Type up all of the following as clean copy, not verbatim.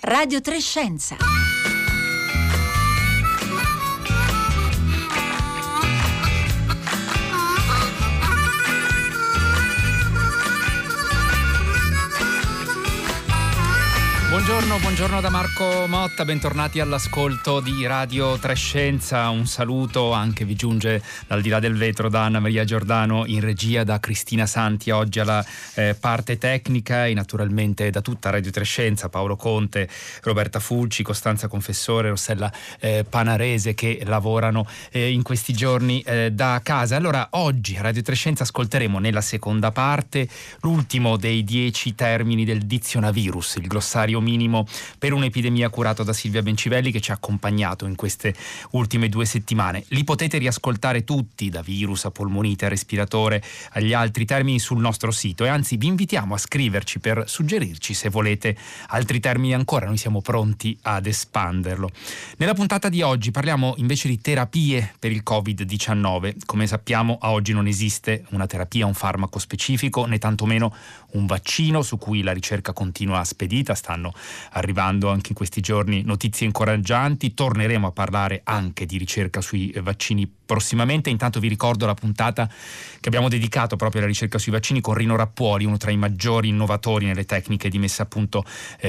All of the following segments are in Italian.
Radio 3 Scienza. Buongiorno da Marco Motta, bentornati all'ascolto di Radio 3 Scienza. Un saluto anche vi giunge dal di là del vetro da Anna Maria Giordano in regia, da Cristina Santi oggi alla parte tecnica e naturalmente da tutta Radio 3 Scienza, Paolo Conte, Roberta Fulci, Costanza Confessore, Rossella Panarese, che lavorano in questi giorni da casa. Allora, oggi a Radio 3 Scienza ascolteremo nella seconda parte l'ultimo dei 10 termini del dizionavirus, il glossario minimo per un'epidemia, curato da Silvia Bencivelli, che ci ha accompagnato in queste ultime 2 settimane. Li potete riascoltare tutti, da virus a polmonite a respiratore agli altri termini, sul nostro sito, e anzi vi invitiamo a scriverci per suggerirci se volete altri termini ancora. Noi siamo pronti ad espanderlo. Nella puntata di oggi parliamo invece di terapie per il Covid-19. Come sappiamo, a oggi non esiste una terapia, un farmaco specifico, né tantomeno un vaccino su cui la ricerca continua spedita. Stanno arrivando anche in questi giorni notizie incoraggianti. Torneremo a parlare anche di ricerca sui vaccini prossimamente. Intanto vi ricordo la puntata che abbiamo dedicato proprio alla ricerca sui vaccini con Rino Rappuoli, uno tra i maggiori innovatori nelle tecniche di messa a punto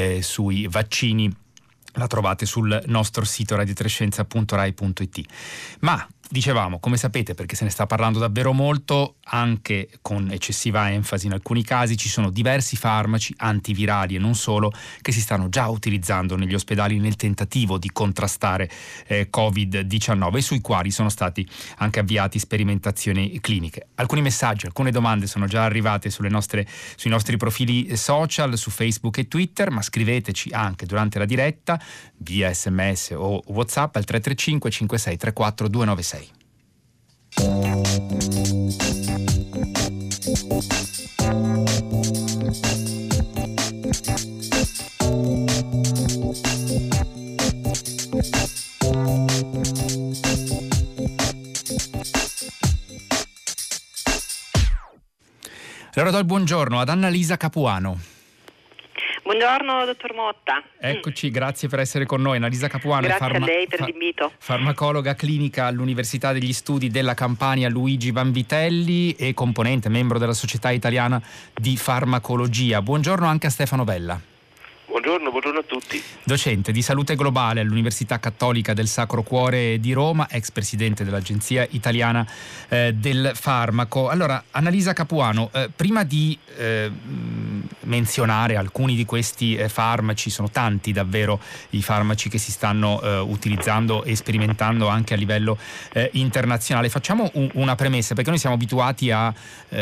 sui vaccini. La trovate sul nostro sito radiotrescienza.rai.it. Ma dicevamo, come sapete, perché se ne sta parlando davvero molto, anche con eccessiva enfasi in alcuni casi, ci sono diversi farmaci antivirali e non solo che si stanno già utilizzando negli ospedali nel tentativo di contrastare Covid-19, e sui quali sono stati anche avviati sperimentazioni cliniche. Alcuni messaggi, alcune domande sono già arrivate sui nostri profili social, su Facebook e Twitter, ma scriveteci anche durante la diretta via SMS o WhatsApp al 335 5634 296. Allora do il buongiorno ad Annalisa Capuano. Buongiorno dottor Motta. Eccoci, grazie per essere con noi. Annalisa Capuano grazie a lei per l'invito. Farmacologa clinica all'Università degli Studi della Campania Luigi Vanvitelli e componente, membro della Società Italiana di Farmacologia. Buongiorno anche a Stefano Vella. Buongiorno a tutti. Docente di salute globale all'Università Cattolica del Sacro Cuore di Roma, ex presidente dell'Agenzia Italiana del Farmaco. Allora, Annalisa Capuano, prima di menzionare alcuni di questi farmaci, sono tanti davvero i farmaci che si stanno utilizzando e sperimentando anche a livello internazionale, facciamo una premessa, perché noi siamo abituati a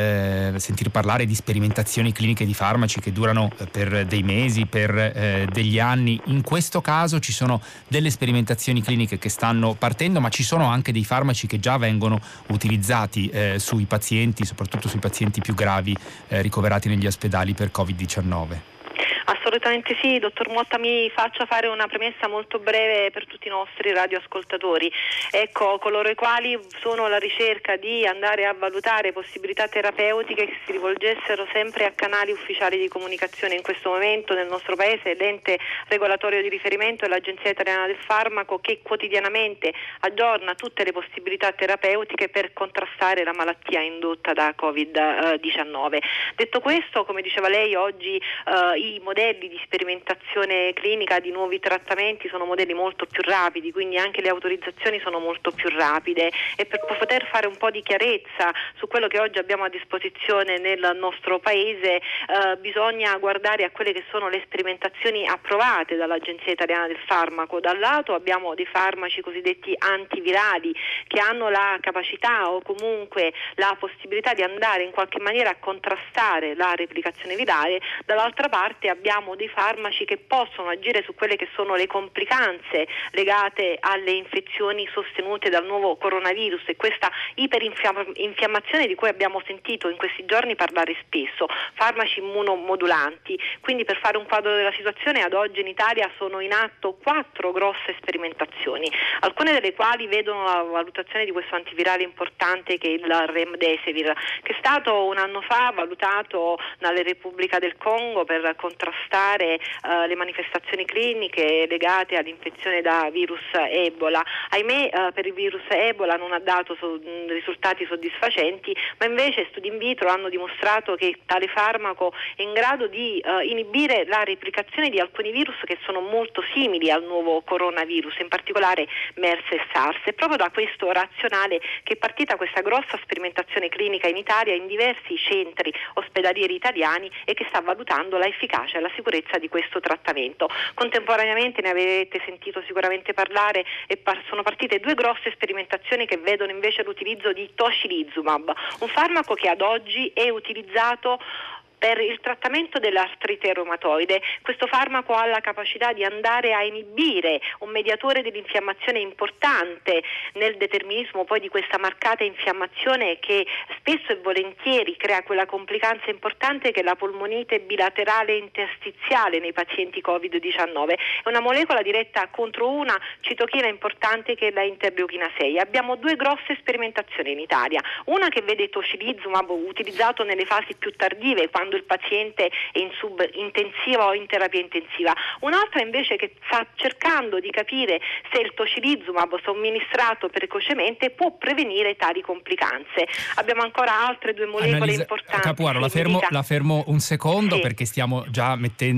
sentir parlare di sperimentazioni cliniche di farmaci che durano per dei mesi, per degli anni. In questo caso ci sono delle sperimentazioni cliniche che stanno partendo, ma ci sono anche dei farmaci che già vengono utilizzati sui pazienti, soprattutto sui pazienti più gravi ricoverati negli ospedali per Covid-19. Assolutamente sì, dottor Motta, mi faccia fare una premessa molto breve per tutti i nostri radioascoltatori. Ecco, coloro i quali sono alla ricerca di andare a valutare possibilità terapeutiche, che si rivolgessero sempre a canali ufficiali di comunicazione. In questo momento nel nostro paese l'ente regolatorio di riferimento è l'Agenzia Italiana del Farmaco, che quotidianamente aggiorna tutte le possibilità terapeutiche per contrastare la malattia indotta da Covid-19. Detto questo, come diceva lei, oggi i modelli di sperimentazione clinica di nuovi trattamenti sono modelli molto più rapidi, quindi anche le autorizzazioni sono molto più rapide, e per poter fare un po' di chiarezza su quello che oggi abbiamo a disposizione nel nostro paese bisogna guardare a quelle che sono le sperimentazioni approvate dall'Agenzia Italiana del Farmaco. Da un lato abbiamo dei farmaci cosiddetti antivirali che hanno la capacità o comunque la possibilità di andare in qualche maniera a contrastare la replicazione virale, dall'altra parte abbiamo dei farmaci che possono agire su quelle che sono le complicanze legate alle infezioni sostenute dal nuovo coronavirus e questa iperinfiammazione di cui abbiamo sentito in questi giorni parlare spesso, farmaci immunomodulanti. Quindi, per fare un quadro della situazione, ad oggi in Italia sono in atto 4 grosse sperimentazioni, alcune delle quali vedono la valutazione di questo antivirale importante che è il Remdesivir, che è stato un anno fa valutato nella Repubblica del Congo per contrastare valutare le manifestazioni cliniche legate all'infezione da virus Ebola. Ahimè, per il virus Ebola non ha dato risultati soddisfacenti, ma invece studi in vitro hanno dimostrato che tale farmaco è in grado di inibire la replicazione di alcuni virus che sono molto simili al nuovo coronavirus, in particolare MERS e SARS. È proprio da questo razionale che è partita questa grossa sperimentazione clinica in Italia in diversi centri ospedalieri italiani e che sta valutando la efficacia e la sicurezza di questo trattamento. Contemporaneamente ne avete sentito sicuramente parlare e sono partite 2 grosse sperimentazioni che vedono invece l'utilizzo di tocilizumab, un farmaco che ad oggi è utilizzato per il trattamento dell'artrite reumatoide. Questo farmaco ha la capacità di andare a inibire un mediatore dell'infiammazione importante nel determinismo poi di questa marcata infiammazione che spesso e volentieri crea quella complicanza importante che è la polmonite bilaterale interstiziale nei pazienti Covid-19. È una molecola diretta contro una citochina importante che è la interleuchina 6. Abbiamo 2 grosse sperimentazioni in Italia, una che vede tocilizumab utilizzato nelle fasi più tardive, quando il paziente è in subintensiva o in terapia intensiva, un'altra invece che sta cercando di capire se il tocilizumab somministrato precocemente può prevenire tali complicanze. Abbiamo ancora altre 2 molecole importanti. Capuano, la fermo un secondo, perché stiamo già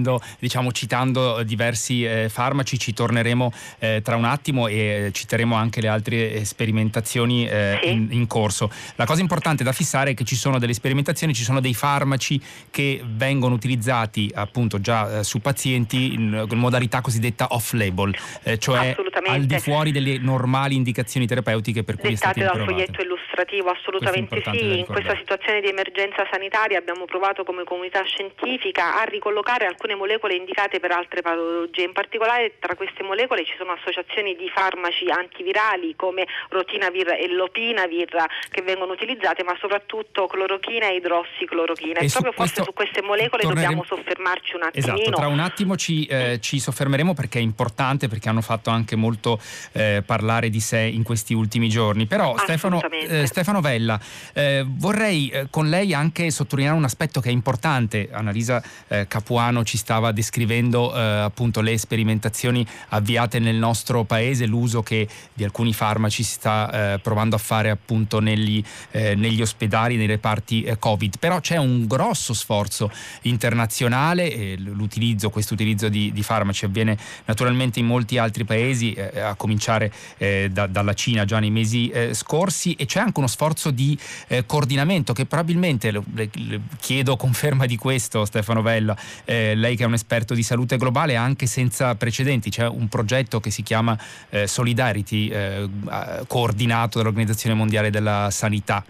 citando diversi farmaci, ci torneremo tra un attimo e citeremo anche le altre sperimentazioni in corso. La cosa importante da fissare è che ci sono delle sperimentazioni, ci sono dei farmaci che vengono utilizzati appunto già su pazienti in modalità cosiddetta off-label, cioè al di fuori delle normali indicazioni terapeutiche per cui è stato dal foglietto illustrativo. Assolutamente sì. In questa situazione di emergenza sanitaria abbiamo provato come comunità scientifica a ricollocare alcune molecole indicate per altre patologie. In particolare tra queste molecole ci sono associazioni di farmaci antivirali come rotinavir e lopinavir che vengono utilizzate, ma soprattutto clorochina e idrossiclorochina. E proprio forse su queste molecole dobbiamo soffermarci un attimino. Esatto, tra un attimo ci soffermeremo perché è importante, perché hanno fatto anche molto parlare di sé in questi ultimi giorni. Però Stefano Vella, vorrei con lei anche sottolineare un aspetto che è importante. Annalisa Capuano ci stava descrivendo appunto le sperimentazioni avviate nel nostro paese, l'uso che di alcuni farmaci si sta provando a fare appunto negli ospedali, nei reparti Covid. Però c'è un grosso sforzo internazionale, questo utilizzo di farmaci avviene naturalmente in molti altri paesi, a cominciare dalla Cina già nei mesi scorsi, e c'è anche uno sforzo di coordinamento che probabilmente, le chiedo conferma di questo Stefano Vella, lei che è un esperto di salute globale, anche senza precedenti. C'è un progetto che si chiama Solidarity, coordinato dall'Organizzazione Mondiale della Sanità.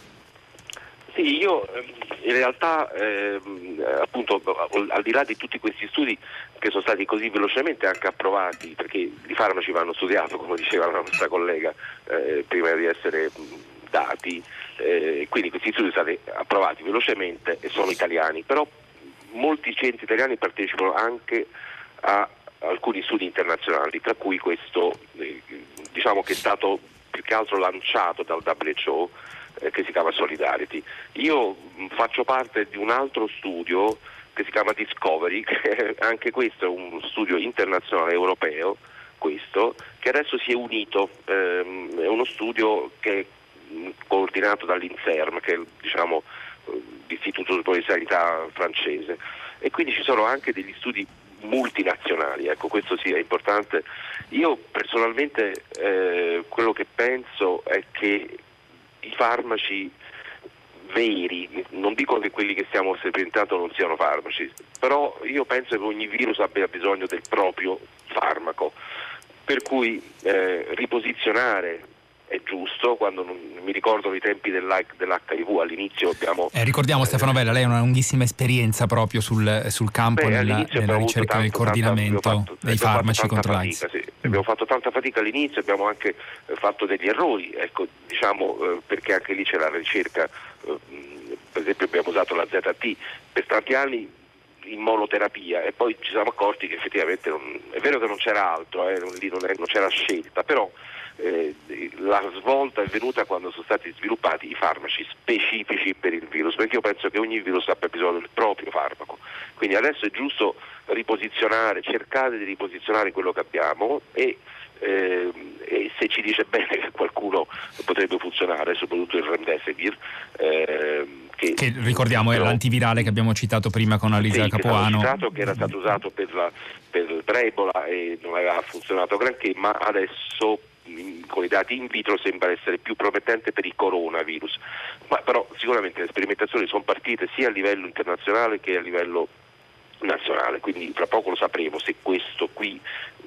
Sì, io in realtà appunto al di là di tutti questi studi che sono stati così velocemente anche approvati, perché i farmaci vanno studiati, come diceva la nostra collega, prima di essere dati, quindi questi studi sono stati approvati velocemente e sono italiani, però molti centri italiani partecipano anche a alcuni studi internazionali, tra cui questo diciamo che è stato più che altro lanciato dal WHO, che si chiama Solidarity. Io faccio parte di un altro studio che si chiama Discovery, che anche questo è un studio internazionale europeo, che adesso si è unito, è uno studio che è coordinato dall'INSERM, che è l'Istituto Superiore di Sanità francese, e quindi ci sono anche degli studi multinazionali, ecco, questo sì è importante. Io personalmente quello che penso è che i farmaci veri, non dico che quelli che stiamo sperimentando non siano farmaci, però io penso che ogni virus abbia bisogno del proprio farmaco, per cui riposizionare è giusto. Quando mi ricordo i tempi dell'HIV all'inizio ricordiamo Stefano Vella, lei ha una lunghissima esperienza proprio sul campo nella ricerca e nel coordinamento dei farmaci contro l'AIDS. Sì. Abbiamo fatto tanta fatica all'inizio, abbiamo anche fatto degli errori, ecco, perché anche lì c'è la ricerca, per esempio abbiamo usato la ZT per tanti anni. in monoterapia, e poi ci siamo accorti che effettivamente è vero che non c'era altro, lì non c'era scelta, però la svolta è venuta quando sono stati sviluppati i farmaci specifici per il virus, perché io penso che ogni virus abbia bisogno del proprio farmaco, quindi adesso è giusto cercare di riposizionare quello che abbiamo e se ci dice bene che qualcuno potrebbe funzionare, soprattutto il Remdesivir, che ricordiamo è l'antivirale che abbiamo citato prima con Alisa Capuano, che era stato usato per Ebola e non aveva funzionato granché, ma adesso con i dati in vitro sembra essere più promettente per i coronavirus, ma però sicuramente le sperimentazioni sono partite sia a livello internazionale che a livello nazionale, quindi fra poco lo sapremo se questo qui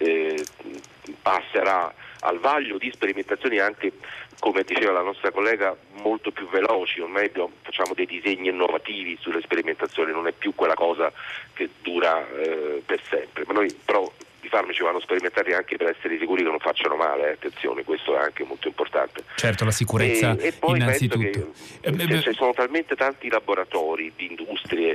passerà al vaglio di sperimentazioni anche, come diceva la nostra collega, molto più veloci. Ormai facciamo dei disegni innovativi sulle sperimentazioni, non è più quella cosa che dura per sempre, ma noi però i farmaci vanno sperimentati anche per essere sicuri che non facciano male, attenzione, questo è anche molto importante. Certo, la sicurezza e poi innanzitutto. Penso che ci sono talmente tanti laboratori di industrie,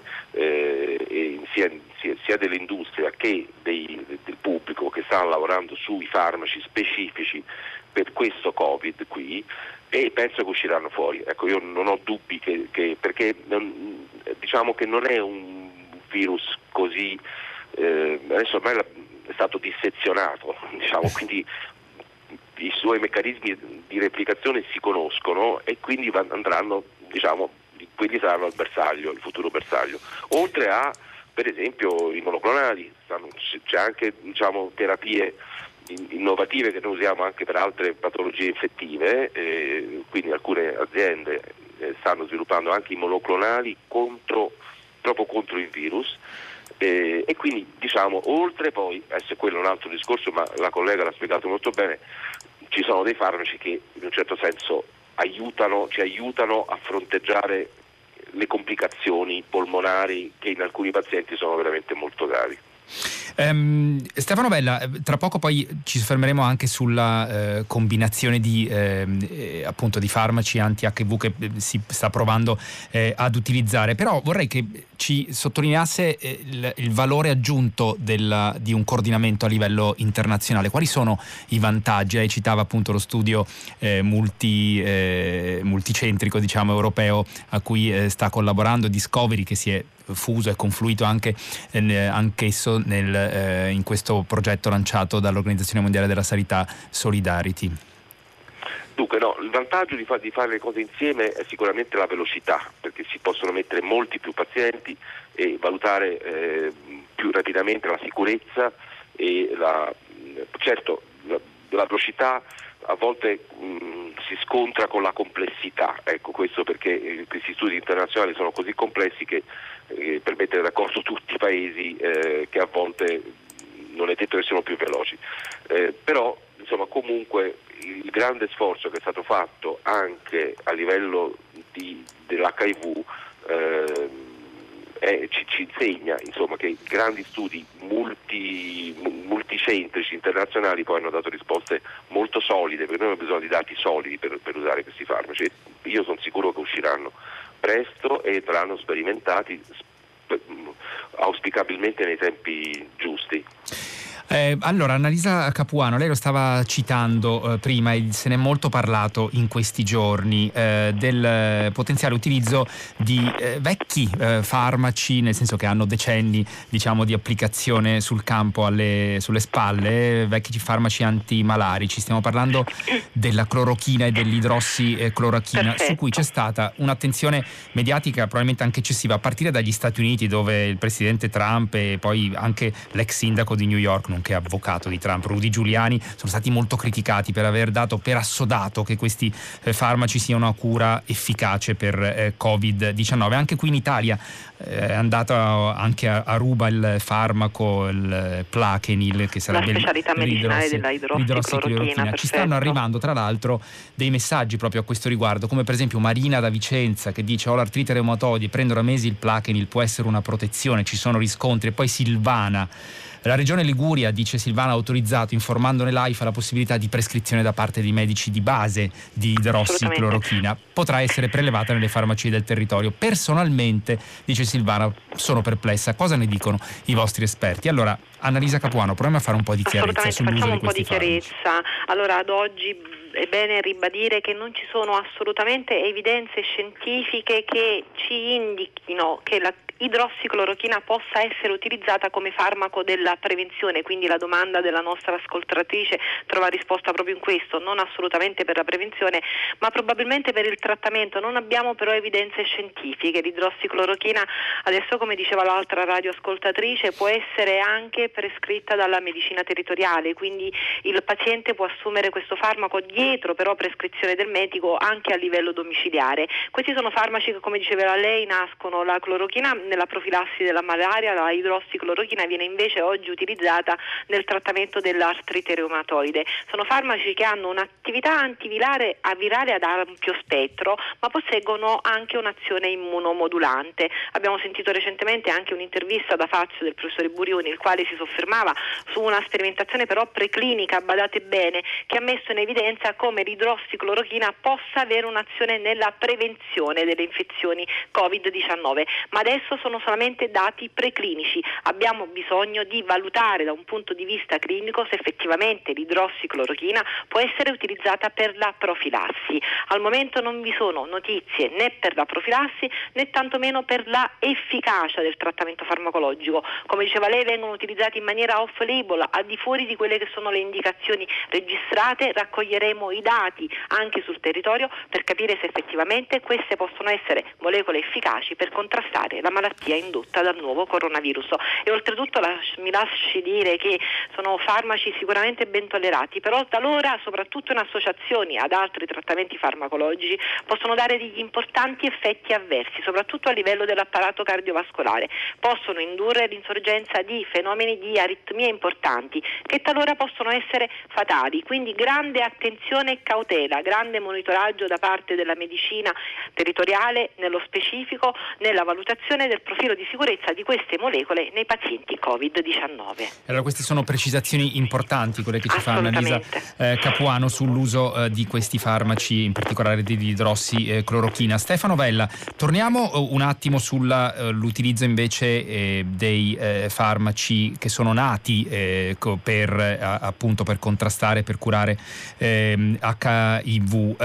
sia dell'industria che del pubblico, che stanno lavorando sui farmaci specifici per questo Covid qui, e penso che usciranno fuori. Ecco, io non ho dubbi perché diciamo che non è un virus così, adesso ormai è stato dissezionato, diciamo, quindi i suoi meccanismi di replicazione si conoscono e quindi andranno, diciamo, quelli saranno il futuro bersaglio. Oltre a, per esempio, i monoclonali, c'è anche, diciamo, terapie innovative che noi usiamo anche per altre patologie infettive, quindi alcune aziende stanno sviluppando anche i monoclonali proprio contro il virus. E quindi, diciamo, oltre poi, adesso quello è un altro discorso, ma la collega l'ha spiegato molto bene, ci sono dei farmaci che in un certo senso ci aiutano a fronteggiare le complicazioni polmonari che in alcuni pazienti sono veramente molto gravi. Stefano Bella, tra poco poi ci soffermeremo anche sulla combinazione di appunto di farmaci anti-HIV che si sta provando ad utilizzare, però vorrei che ci sottolineasse il valore aggiunto di un coordinamento a livello internazionale. Quali sono i vantaggi? Lei citava appunto lo studio multicentrico, diciamo, europeo a cui sta collaborando, Discovery, che si è fuso e confluito anch'esso in questo progetto lanciato dall'Organizzazione Mondiale della Sanità, Solidarity. Dunque il vantaggio di fare le cose insieme è sicuramente la velocità, perché si possono mettere molti più pazienti e valutare più rapidamente la sicurezza e certo la velocità a volte si scontra con la complessità, ecco, questo perché questi studi internazionali sono così complessi che per mettere d'accordo tutti i paesi che a volte non è detto che siano più veloci, però insomma comunque il grande sforzo che è stato fatto anche a livello dell'HIV ci insegna, insomma, che grandi studi multicentrici internazionali poi hanno dato risposte molto solide, perché noi abbiamo bisogno di dati solidi per usare questi farmaci. Io sono sicuro che usciranno presto e saranno sperimentati auspicabilmente nei tempi giusti. Allora, Annalisa Capuano, lei lo stava citando prima e se ne è molto parlato in questi giorni del potenziale utilizzo di vecchi farmaci, nel senso che hanno decenni, diciamo, di applicazione sul campo, sulle spalle, vecchi farmaci antimalarici. Stiamo parlando della clorochina e dell'idrossiclorochina, su cui c'è stata un'attenzione mediatica probabilmente anche eccessiva, a partire dagli Stati Uniti, dove il presidente Trump e poi anche l'ex sindaco di New York, nonché avvocato di Trump, Rudy Giuliani, sono stati molto criticati per aver dato per assodato che questi farmaci siano una cura efficace per Covid-19. Anche qui in Italia è andato anche a ruba il farmaco, il Plaquenil, che sarebbe la specialità medicinale della idrossiclorochina. Ci stanno arrivando tra l'altro dei messaggi proprio a questo riguardo, come per esempio Marina da Vicenza che dice: ho l'artrite reumatoide, prendo da mesi il Plaquenil, può essere una protezione, ci sono riscontri. E poi Silvana La Regione Liguria, dice Silvana, ha autorizzato, informandone l'AIFA, la possibilità di prescrizione da parte dei medici di base di idrossiclorochina. Potrà essere prelevata nelle farmacie del territorio. Personalmente, dice Silvana, sono perplessa. Cosa ne dicono i vostri esperti? Allora, Annalisa Capuano, proviamo a fare un po' di chiarezza sull'uso di questi farmaci. Allora, ad oggi è bene ribadire che non ci sono assolutamente evidenze scientifiche che ci indichino che la idrossiclorochina possa essere utilizzata come farmaco della prevenzione, quindi la domanda della nostra ascoltatrice trova risposta proprio in questo, non assolutamente per la prevenzione, ma probabilmente per il trattamento. Non abbiamo però evidenze scientifiche. L'idrossiclorochina, adesso come diceva l'altra radioascoltatrice, può essere anche prescritta dalla medicina territoriale, quindi il paziente può assumere questo farmaco dietro però prescrizione del medico anche a livello domiciliare. Questi sono farmaci che, come diceva lei, nascono. La clorochina nella profilassi della malaria, la idrossiclorochina viene invece oggi utilizzata nel trattamento dell'artrite reumatoide. Sono farmaci che hanno un'attività antivirale ad ampio spettro, ma posseggono anche un'azione immunomodulante. Abbiamo sentito recentemente anche un'intervista da Fazio del professore Burioni, il quale si soffermava su una sperimentazione però preclinica, badate bene, che ha messo in evidenza come l'idrossiclorochina possa avere un'azione nella prevenzione delle infezioni Covid-19, ma adesso sono solamente dati preclinici. Abbiamo bisogno di valutare da un punto di vista clinico se effettivamente l'idrossiclorochina può essere utilizzata per la profilassi. Al momento non vi sono notizie né per la profilassi né tantomeno per la efficacia del trattamento farmacologico. Come diceva lei, vengono utilizzati in maniera off-label, al di fuori di quelle che sono le indicazioni registrate. Raccoglieremo i dati anche sul territorio per capire se effettivamente queste possono essere molecole efficaci per contrastare la malattia indotta dal nuovo coronavirus. E oltretutto mi lasci dire che sono farmaci sicuramente ben tollerati, però talora, soprattutto in associazioni ad altri trattamenti farmacologici, possono dare degli importanti effetti avversi, soprattutto a livello dell'apparato cardiovascolare. Possono indurre l'insorgenza di fenomeni di aritmie importanti che talora possono essere fatali, quindi grande attenzione e cautela, grande monitoraggio da parte della medicina territoriale nello specifico nella valutazione del profilo di sicurezza di queste molecole nei pazienti Covid-19. Allora, queste sono precisazioni importanti, quelle che ci fa Annalisa Capuano sull'uso di questi farmaci, in particolare di idrossiclorochina. Stefano Vella, torniamo un attimo sull'utilizzo invece dei farmaci che sono nati appunto per contrastare, per curare HIV.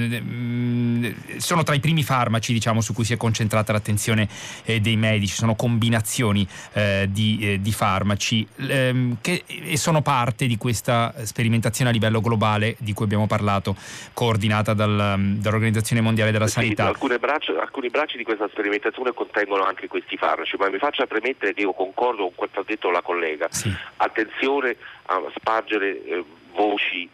Sono tra i primi farmaci, diciamo, su cui si è concentrata l'attenzione dei medici. Sono combinazioni di farmaci che sono parte di questa sperimentazione a livello globale di cui abbiamo parlato, coordinata dall'Organizzazione Mondiale della Sanità. Sì, alcuni bracci di questa sperimentazione contengono anche questi farmaci, ma mi faccia premettere che io concordo con quanto ha detto la collega. Sì. Attenzione a spargere voci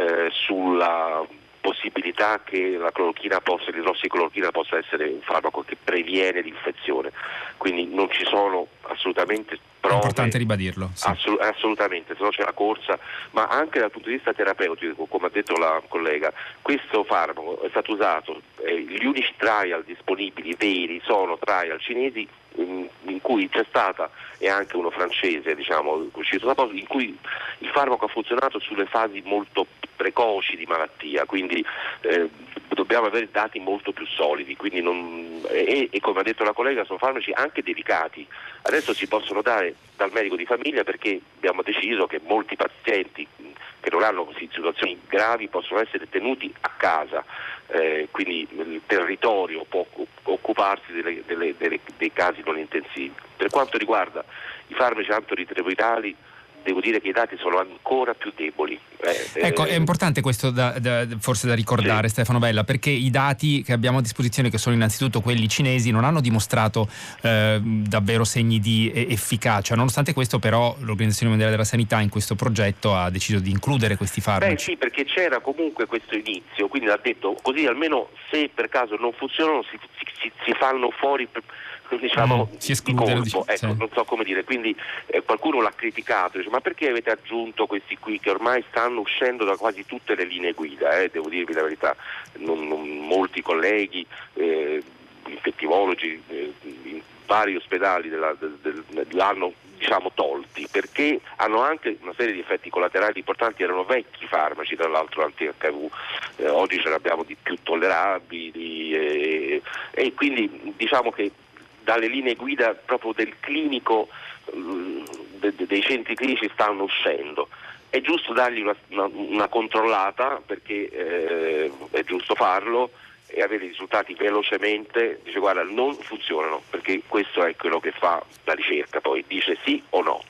sulla possibilità che l'idrossiclorochina possa essere un farmaco che previene l'infezione, quindi non ci sono assolutamente prove. È importante ribadirlo. Sì. Assolutamente, se no c'è la corsa, ma anche dal punto di vista terapeutico, come ha detto la collega, questo farmaco è stato usato, gli unici trial disponibili veri sono trial cinesi in cui c'è stata, e anche uno francese, diciamo, uscito da poco, in cui il farmaco ha funzionato sulle fasi molto precoci di malattia, quindi dobbiamo avere dati molto più solidi, quindi e come ha detto la collega sono farmaci anche delicati. Adesso si possono dare dal medico di famiglia perché abbiamo deciso che molti pazienti che non hanno situazioni gravi possono essere tenuti a casa, quindi il territorio può occuparsi dei casi non intensivi. Per quanto riguarda i farmaci antiretrovirali, devo dire che i dati sono ancora più deboli. Ecco, è importante questo forse da ricordare, sì. Stefano Vella, perché i dati che abbiamo a disposizione, che sono innanzitutto quelli cinesi, non hanno dimostrato davvero segni di efficacia. Nonostante questo, però, l'Organizzazione Mondiale della Sanità in questo progetto ha deciso di includere questi farmaci. Sì, perché c'era comunque questo inizio, quindi ha detto così almeno se per caso non funzionano si fanno fuori, diciamo, si esclude, di colpo, ecco, sì. Non so come dire, quindi qualcuno l'ha criticato, dice, ma perché avete aggiunto questi qui che ormai stanno uscendo da quasi tutte le linee guida, devo dirvi la verità, molti colleghi, infettivologi in vari ospedali l'hanno tolti, perché hanno anche una serie di effetti collaterali importanti. Erano vecchi farmaci, tra l'altro anti-HIV, oggi ce ne abbiamo di più tollerabili, e quindi diciamo che dalle linee guida proprio del clinico, dei centri clinici stanno uscendo. È giusto dargli una controllata, perché è giusto farlo e avere i risultati velocemente. Dice: guarda, non funzionano, perché questo è quello che fa la ricerca, poi dice sì o no.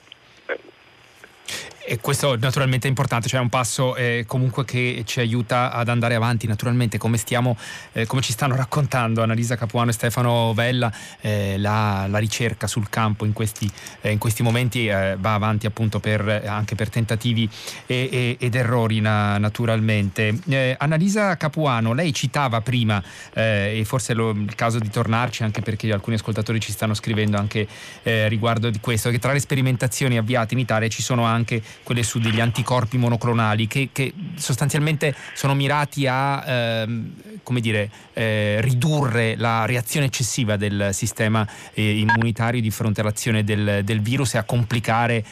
E questo naturalmente è importante, cioè è un passo comunque che ci aiuta ad andare avanti. Naturalmente, come ci stanno raccontando Annalisa Capuano e Stefano Vella, la ricerca sul campo in questi momenti va avanti appunto anche per tentativi ed errori naturalmente. Annalisa Capuano, lei citava prima, e forse è il caso di tornarci, anche perché alcuni ascoltatori ci stanno scrivendo anche riguardo di questo, che tra le sperimentazioni avviate in Italia ci sono anche quelle su degli anticorpi monoclonali che sostanzialmente sono mirati a ridurre la reazione eccessiva del sistema immunitario di fronte all'azione del virus e a complicare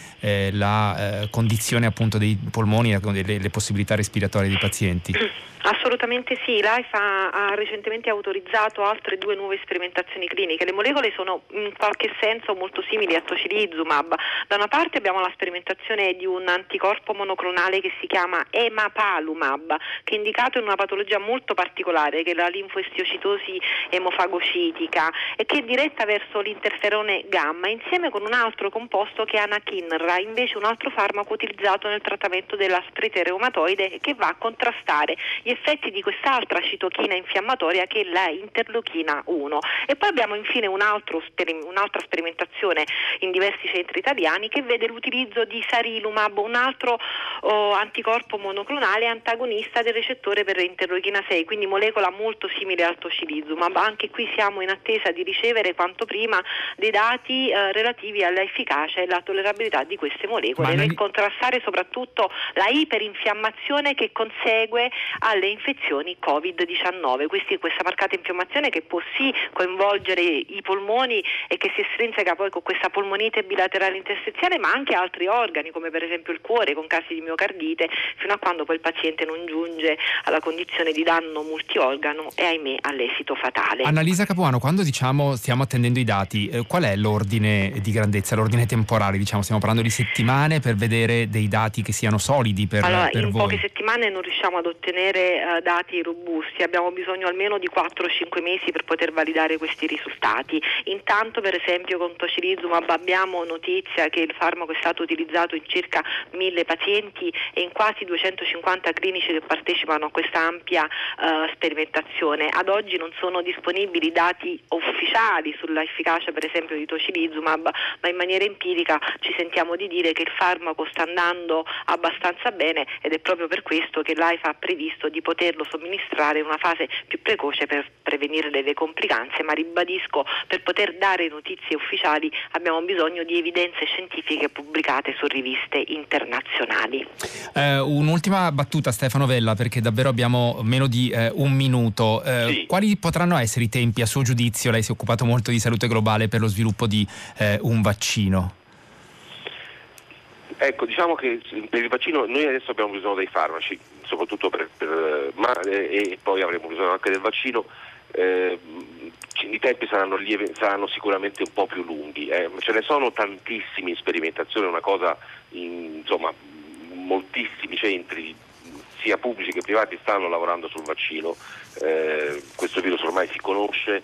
la condizione appunto dei polmoni e le possibilità respiratorie dei pazienti. Assolutamente sì, l'AIFA ha recentemente autorizzato altre 2 nuove sperimentazioni cliniche. Le molecole sono in qualche senso molto simili a tocilizumab. Da una parte abbiamo la sperimentazione di un anticorpo monoclonale che si chiama emapalumab, che è indicato in una patologia molto particolare, che è la linfoistiocitosi emofagocitica, e che è diretta verso l'interferone gamma, insieme con un altro composto che è anakinra, invece un altro farmaco utilizzato nel trattamento dell'artrite reumatoide, che va a contrastare gli effetti di quest'altra citochina infiammatoria che è la interleuchina 1. E poi abbiamo infine un'altra sperimentazione in diversi centri italiani che vede l'utilizzo di sarilumab, un altro anticorpo monoclonale antagonista del recettore per interleuchina 6, quindi molecola molto simile al tocilizumab. Anche qui siamo in attesa di ricevere quanto prima dei dati relativi all'efficacia e alla tollerabilità di queste molecole nel contrastare soprattutto la iperinfiammazione che consegue alle infezioni Covid-19. Questa marcata infiammazione che può sì coinvolgere i polmoni e che si estrinseca poi con questa polmonite bilaterale interstiziale, ma anche altri organi come per esempio il cuore con casi di miocardite, fino a quando poi il paziente non giunge alla condizione di danno multiorgano e ahimè all'esito fatale. Annalisa Capuano, quando stiamo attendendo i dati, qual è l'ordine di grandezza, l'ordine temporale? Stiamo parlando di settimane per vedere dei dati che siano solidi per in voi? Poche settimane non riusciamo ad ottenere dati robusti, abbiamo bisogno almeno di 4-5 mesi per poter validare questi risultati. Intanto, per esempio, con tocilizumab abbiamo notizia che il farmaco è stato utilizzato in circa 1000 pazienti e in quasi 250 clinici che partecipano a questa ampia sperimentazione. Ad oggi non sono disponibili dati ufficiali sulla efficacia, per esempio, di tocilizumab, ma in maniera empirica ci sentiamo di dire che il farmaco sta andando abbastanza bene, ed è proprio per questo che l'AIFA ha previsto di poterlo somministrare in una fase più precoce per prevenire delle complicanze, ma ribadisco, per poter dare notizie ufficiali abbiamo bisogno di evidenze scientifiche pubblicate su riviste internazionali. Un'ultima battuta, Stefano Vella, perché davvero abbiamo meno di un minuto. Sì. Quali potranno essere i tempi, a suo giudizio? Lei si è occupato molto di salute globale, per lo sviluppo di un vaccino. Ecco, diciamo che per il vaccino noi adesso abbiamo bisogno dei farmaci, soprattutto e poi avremo bisogno anche del vaccino. I tempi saranno sicuramente un po' più lunghi. Ce ne sono tantissimi in sperimentazione, una cosa, moltissimi centri, sia pubblici che privati, stanno lavorando sul vaccino. Questo virus ormai si conosce,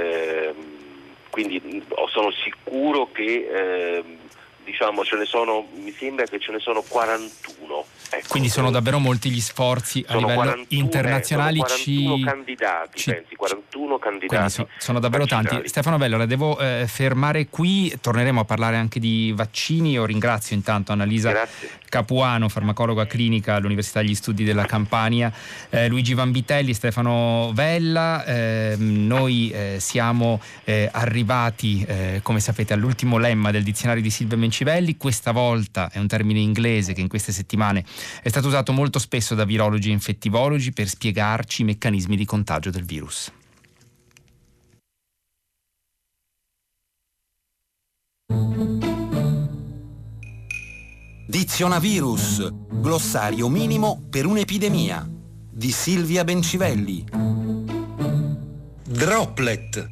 quindi sono sicuro che mi sembra che ce ne sono 41. Ecco, quindi sono davvero molti gli sforzi a livello 41, internazionali. 41 candidati, 41 candidati. Sono davvero vaccinali. tanti. Stefano Vella, la devo fermare qui, torneremo a parlare anche di vaccini. Io ringrazio intanto Annalisa Capuano, farmacologa clinica all'Università degli Studi della Campania, Luigi Vanvitelli, Stefano Vella. Noi siamo arrivati, come sapete, all'ultimo lemma del dizionario di Silvia Mencivelli. Questa volta è un termine inglese che in queste settimane è stato usato molto spesso da virologi e infettivologi per spiegarci i meccanismi di contagio del virus. Dizionavirus, glossario minimo per un'epidemia, di Silvia Bencivelli. Droplet.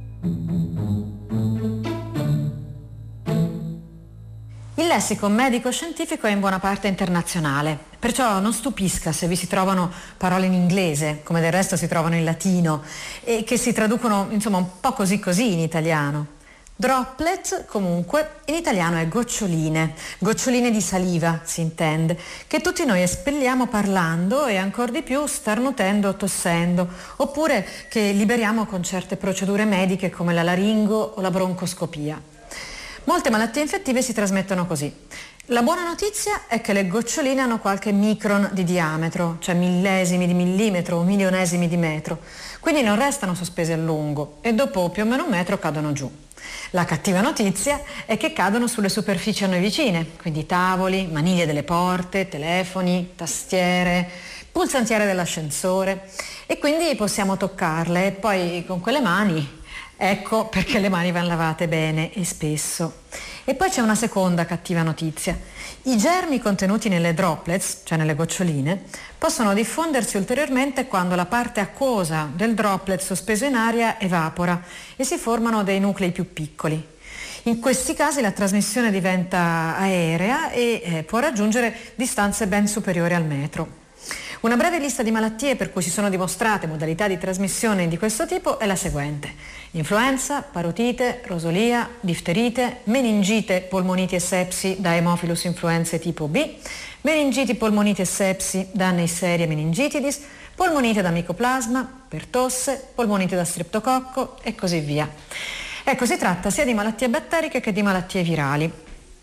Il lessico medico-scientifico è in buona parte internazionale, perciò non stupisca se vi si trovano parole in inglese, come del resto si trovano in latino, e che si traducono insomma un po' così così in italiano. Droplet, comunque, in italiano è goccioline di saliva, si intende, che tutti noi espelliamo parlando e ancor di più starnutendo o tossendo, oppure che liberiamo con certe procedure mediche come la laringo o la broncoscopia. Molte malattie infettive si trasmettono così. La buona notizia è che le goccioline hanno qualche micron di diametro, cioè millesimi di millimetro o milionesimi di metro, quindi non restano sospese a lungo e dopo più o meno un metro cadono giù. La cattiva notizia è che cadono sulle superfici a noi vicine, quindi tavoli, maniglie delle porte, telefoni, tastiere, pulsantiere dell'ascensore, e quindi possiamo toccarle e poi con quelle mani, ecco perché le mani vanno lavate bene e spesso. E poi c'è una seconda cattiva notizia. I germi contenuti nelle droplets, cioè nelle goccioline, possono diffondersi ulteriormente quando la parte acquosa del droplet sospeso in aria evapora e si formano dei nuclei più piccoli. In questi casi la trasmissione diventa aerea e può raggiungere distanze ben superiori al metro. Una breve lista di malattie per cui si sono dimostrate modalità di trasmissione di questo tipo è la seguente: influenza, parotite, rosolia, difterite, meningite, polmoniti e sepsi da Haemophilus influenzae tipo B, meningiti, polmonite e sepsi da Neisseria meningitidis, polmonite da micoplasma, per tosse, polmonite da streptococco e così via. Ecco, si tratta sia di malattie batteriche che di malattie virali.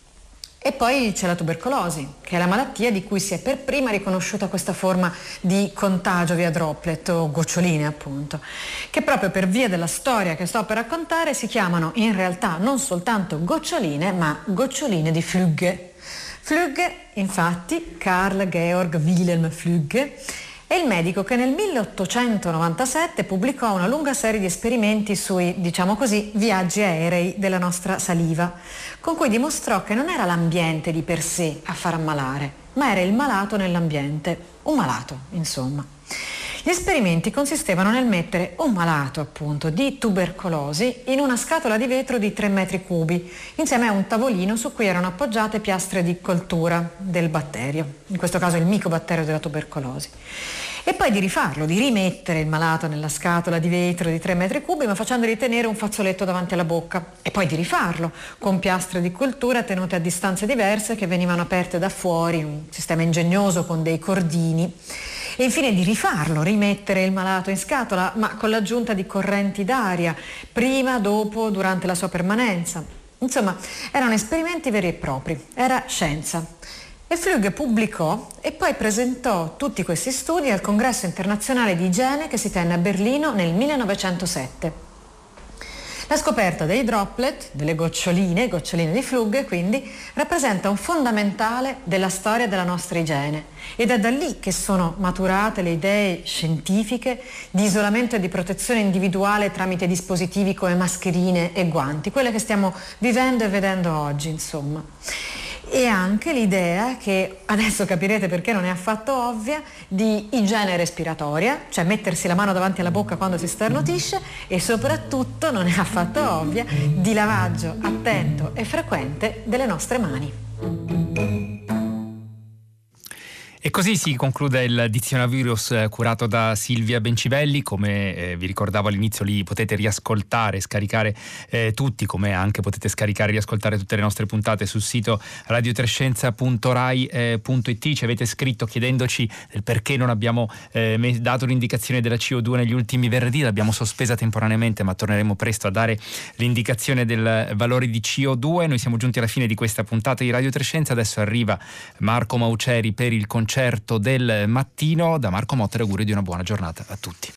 E poi c'è la tubercolosi, che è la malattia di cui si è per prima riconosciuta questa forma di contagio via droplet o goccioline appunto, che proprio per via della storia che sto per raccontare si chiamano in realtà non soltanto goccioline, ma goccioline di Flügge. Flügge, infatti, Carl Georg Wilhelm Flügge, è il medico che nel 1897 pubblicò una lunga serie di esperimenti sui, diciamo così, viaggi aerei della nostra saliva, con cui dimostrò che non era l'ambiente di per sé a far ammalare, ma era il malato nell'ambiente, un malato, insomma. Gli esperimenti consistevano nel mettere un malato, appunto, di tubercolosi in una scatola di vetro di 3 metri cubi, insieme a un tavolino su cui erano appoggiate piastre di coltura del batterio, in questo caso il micobatterio della tubercolosi. E poi di rifarlo, di rimettere il malato nella scatola di vetro di 3 metri cubi, ma facendogli tenere un fazzoletto davanti alla bocca, e poi di rifarlo con piastre di coltura tenute a distanze diverse che venivano aperte da fuori, un sistema ingegnoso con dei cordini, e infine di rifarlo, rimettere il malato in scatola, ma con l'aggiunta di correnti d'aria, prima, dopo, durante la sua permanenza. Insomma, erano esperimenti veri e propri, era scienza. E Flügge pubblicò e poi presentò tutti questi studi al Congresso internazionale di igiene che si tenne a Berlino nel 1907. La scoperta dei droplet, delle goccioline di Flügge, quindi, rappresenta un fondamentale della storia della nostra igiene ed è da lì che sono maturate le idee scientifiche di isolamento e di protezione individuale tramite dispositivi come mascherine e guanti, quelle che stiamo vivendo e vedendo oggi, insomma. E anche l'idea, che adesso capirete perché non è affatto ovvia, di igiene respiratoria, cioè mettersi la mano davanti alla bocca quando si starnutisce, e soprattutto non è affatto ovvia di lavaggio attento e frequente delle nostre mani. E così si conclude il Dizionavirus curato da Silvia Bencivelli. Come vi ricordavo all'inizio, li potete riascoltare, scaricare tutti, come anche potete scaricare e riascoltare tutte le nostre puntate sul sito radiotrescienza.rai.it. Ci avete scritto chiedendoci perché non abbiamo dato l'indicazione della CO2 negli ultimi venerdì, l'abbiamo sospesa temporaneamente, ma torneremo presto a dare l'indicazione del valore di CO2. Noi siamo giunti alla fine di questa puntata di Radio Trescenza. Adesso arriva Marco Mauceri per il concerto del mattino. Da Marco Motta l'augurio di una buona giornata a tutti.